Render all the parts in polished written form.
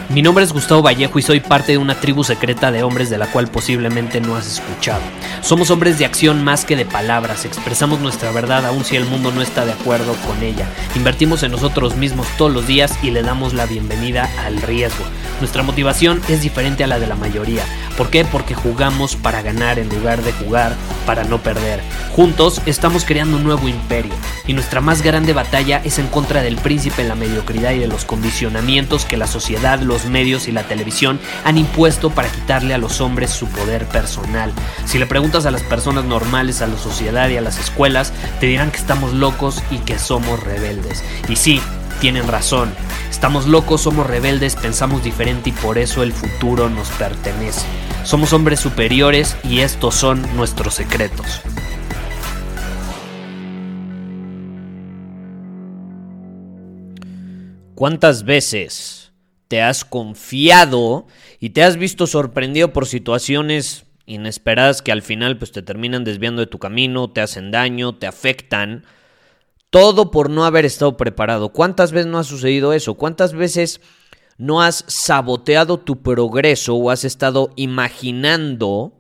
Mi nombre es Gustavo Vallejo y soy parte de una tribu secreta de hombres de la cual posiblemente no has escuchado. Somos hombres de acción más que de palabras, expresamos nuestra verdad aun si el mundo no está de acuerdo con ella. Invertimos en nosotros mismos todos los días y le damos la bienvenida al riesgo. Nuestra motivación es diferente a la de la mayoría. ¿Por qué? Porque jugamos para ganar en lugar de jugar para no perder. Juntos estamos creando un nuevo imperio y nuestra más grande batalla es en contra del príncipe, la mediocridad y de los condicionamientos que la sociedad, los medios y la televisión han impuesto para quitarle a los hombres su poder personal. Si le preguntas a las personas normales, a la sociedad y a las escuelas, te dirán que estamos locos y que somos rebeldes. Y sí, tienen razón. Estamos locos, somos rebeldes, pensamos diferente y por eso el futuro nos pertenece. Somos hombres superiores y estos son nuestros secretos. ¿Cuántas veces te has confiado y te has visto sorprendido por situaciones inesperadas que al final pues te terminan desviando de tu camino, te hacen daño, te afectan? Todo por no haber estado preparado. ¿Cuántas veces no ha sucedido eso? ¿Cuántas veces no has saboteado tu progreso o has estado imaginando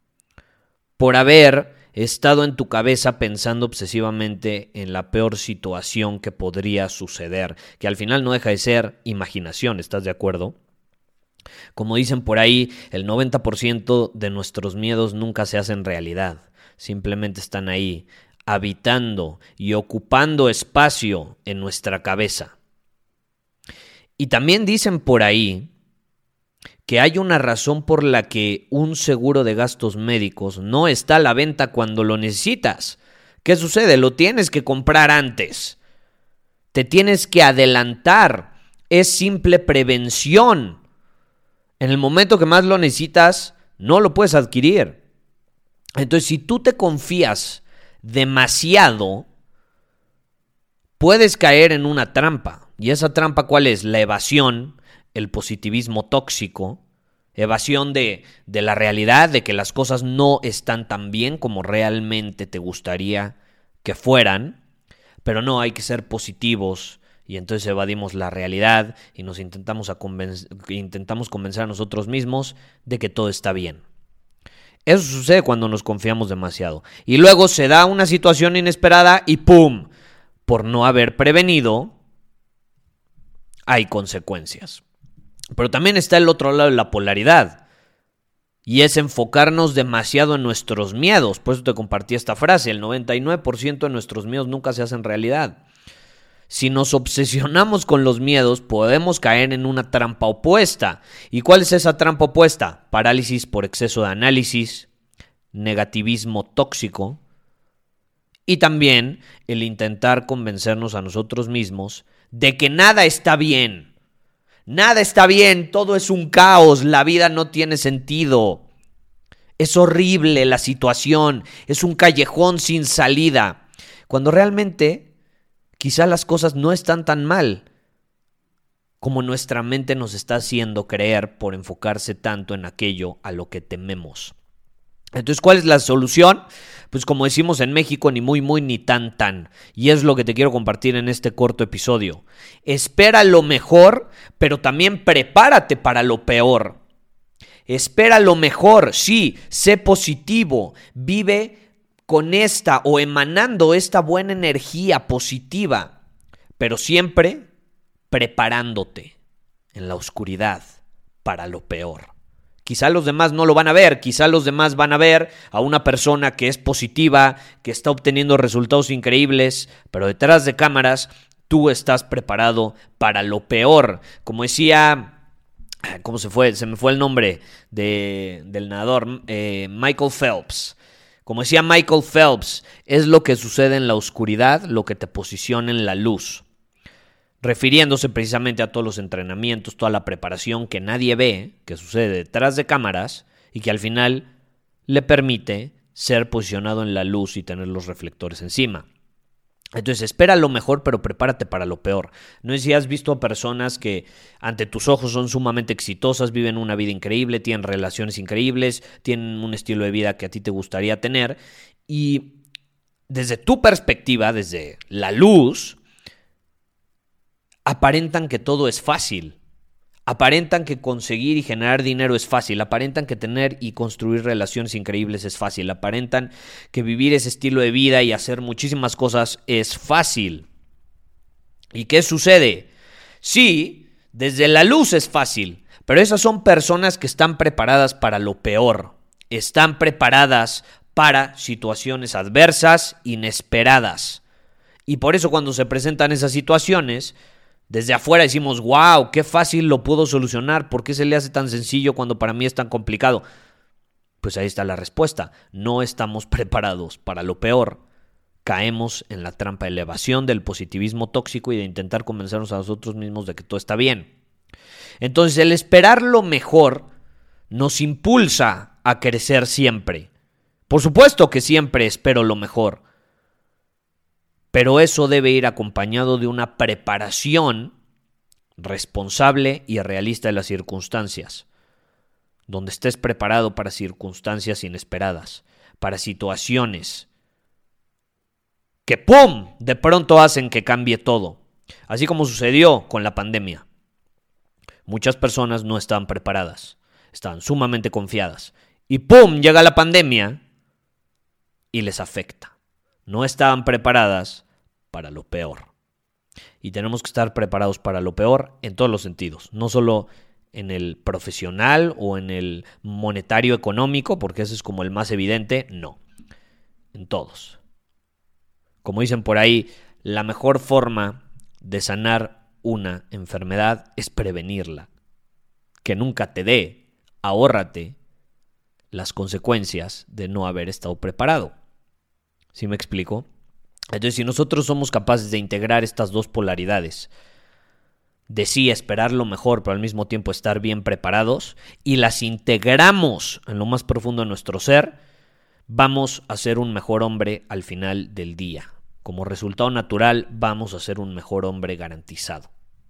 por haber estado en tu cabeza pensando obsesivamente en la peor situación que podría suceder? Que al final no deja de ser imaginación, ¿estás de acuerdo? Como dicen por ahí, el 90% de nuestros miedos nunca se hacen realidad. Simplemente están ahí, habitando y ocupando espacio en nuestra cabeza. Y también dicen por ahí que hay una razón por la que un seguro de gastos médicos no está a la venta cuando lo necesitas. ¿Qué sucede? Lo tienes que comprar antes. Te tienes que adelantar. Es simple prevención. En el momento que más lo necesitas, no lo puedes adquirir. Entonces, si tú te confías demasiado, puedes caer en una trampa. ¿Y esa trampa cuál es? La evasión, el positivismo tóxico, evasión de la realidad, de que las cosas no están tan bien como realmente te gustaría que fueran, pero no, hay que ser positivos y entonces evadimos la realidad y nos intentamos convencer a nosotros mismos de que todo está bien. Eso sucede cuando nos confiamos demasiado. Y luego se da una situación inesperada y ¡pum! Por no haber prevenido, hay consecuencias. Pero también está el otro lado de la polaridad. Y es enfocarnos demasiado en nuestros miedos. Por eso te compartí esta frase. El 99% de nuestros miedos nunca se hacen realidad. Si nos obsesionamos con los miedos, podemos caer en una trampa opuesta. ¿Y cuál es esa trampa opuesta? Parálisis por exceso de análisis, negativismo tóxico y también el intentar convencernos a nosotros mismos de que nada está bien. Nada está bien, todo es un caos, la vida no tiene sentido. Es horrible la situación, es un callejón sin salida. Cuando realmente quizá las cosas no están tan mal como nuestra mente nos está haciendo creer por enfocarse tanto en aquello a lo que tememos. Entonces, ¿cuál es la solución? Pues como decimos en México, ni muy muy ni tan tan. Y es lo que te quiero compartir en este corto episodio. Espera lo mejor, pero también prepárate para lo peor. Espera lo mejor, sí, sé positivo, vive con esta o emanando esta buena energía positiva, pero siempre preparándote en la oscuridad para lo peor. Quizá los demás no lo van a ver, quizá los demás van a ver a una persona que es positiva, que está obteniendo resultados increíbles, pero detrás de cámaras tú estás preparado para lo peor. Como decía, ¿cómo se fue? Se me fue el nombre del nadador, Michael Phelps. Como decía Michael Phelps, es lo que sucede en la oscuridad lo que te posiciona en la luz. Refiriéndose precisamente a todos los entrenamientos, toda la preparación que nadie ve, que sucede detrás de cámaras y que al final le permite ser posicionado en la luz y tener los reflectores encima. Entonces espera lo mejor, pero prepárate para lo peor. No sé si has visto a personas que ante tus ojos son sumamente exitosas, viven una vida increíble, tienen relaciones increíbles, tienen un estilo de vida que a ti te gustaría tener y desde tu perspectiva, desde la luz, aparentan que todo es fácil. Aparentan que conseguir y generar dinero es fácil, aparentan que tener y construir relaciones increíbles es fácil, aparentan que vivir ese estilo de vida y hacer muchísimas cosas es fácil. ¿Y qué sucede? Sí, desde la luz es fácil, pero esas son personas que están preparadas para lo peor, están preparadas para situaciones adversas, inesperadas. Y por eso cuando se presentan esas situaciones, desde afuera decimos, wow, qué fácil lo puedo solucionar, ¿por qué se le hace tan sencillo cuando para mí es tan complicado? Pues ahí está la respuesta, no estamos preparados para lo peor. Caemos en la trampa de elevación del positivismo tóxico y de intentar convencernos a nosotros mismos de que todo está bien. Entonces el esperar lo mejor nos impulsa a crecer siempre. Por supuesto que siempre espero lo mejor, pero eso debe ir acompañado de una preparación responsable y realista de las circunstancias, donde estés preparado para circunstancias inesperadas, para situaciones que ¡pum!, de pronto hacen que cambie todo, así como sucedió con la pandemia. Muchas personas no estaban preparadas, estaban sumamente confiadas, y ¡pum!, llega la pandemia y les afecta. No estaban preparadas para lo peor. Y tenemos que estar preparados para lo peor en todos los sentidos, no solo en el profesional o en el monetario económico, porque ese es como el más evidente, no, en todos. Como dicen por ahí, la mejor forma de sanar una enfermedad es prevenirla. Que nunca te dé, ahórrate las consecuencias de no haber estado preparado. ¿Sí me explico? Entonces, si nosotros somos capaces de integrar estas dos polaridades, de sí esperar lo mejor, pero al mismo tiempo estar bien preparados, y las integramos en lo más profundo de nuestro ser, vamos a ser un mejor hombre al final del día. Como resultado natural, vamos a ser un mejor hombre garantizado.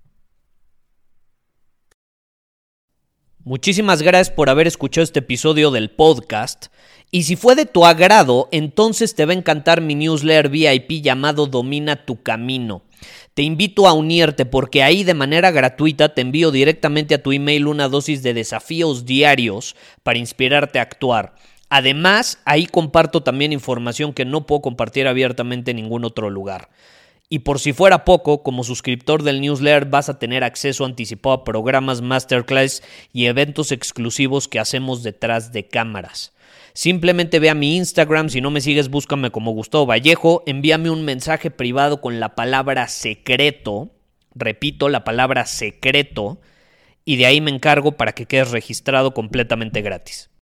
Muchísimas gracias por haber escuchado este episodio del podcast. Y si fue de tu agrado, entonces te va a encantar mi newsletter VIP llamado Domina tu Camino. Te invito a unirte porque ahí de manera gratuita te envío directamente a tu email una dosis de desafíos diarios para inspirarte a actuar. Además, ahí comparto también información que no puedo compartir abiertamente en ningún otro lugar. Y por si fuera poco, como suscriptor del newsletter vas a tener acceso anticipado a programas, masterclass y eventos exclusivos que hacemos detrás de cámaras. Simplemente ve a mi Instagram, si no me sigues búscame como Gustavo Vallejo, envíame un mensaje privado con la palabra secreto, repito, la palabra secreto, y de ahí me encargo para que quedes registrado completamente gratis.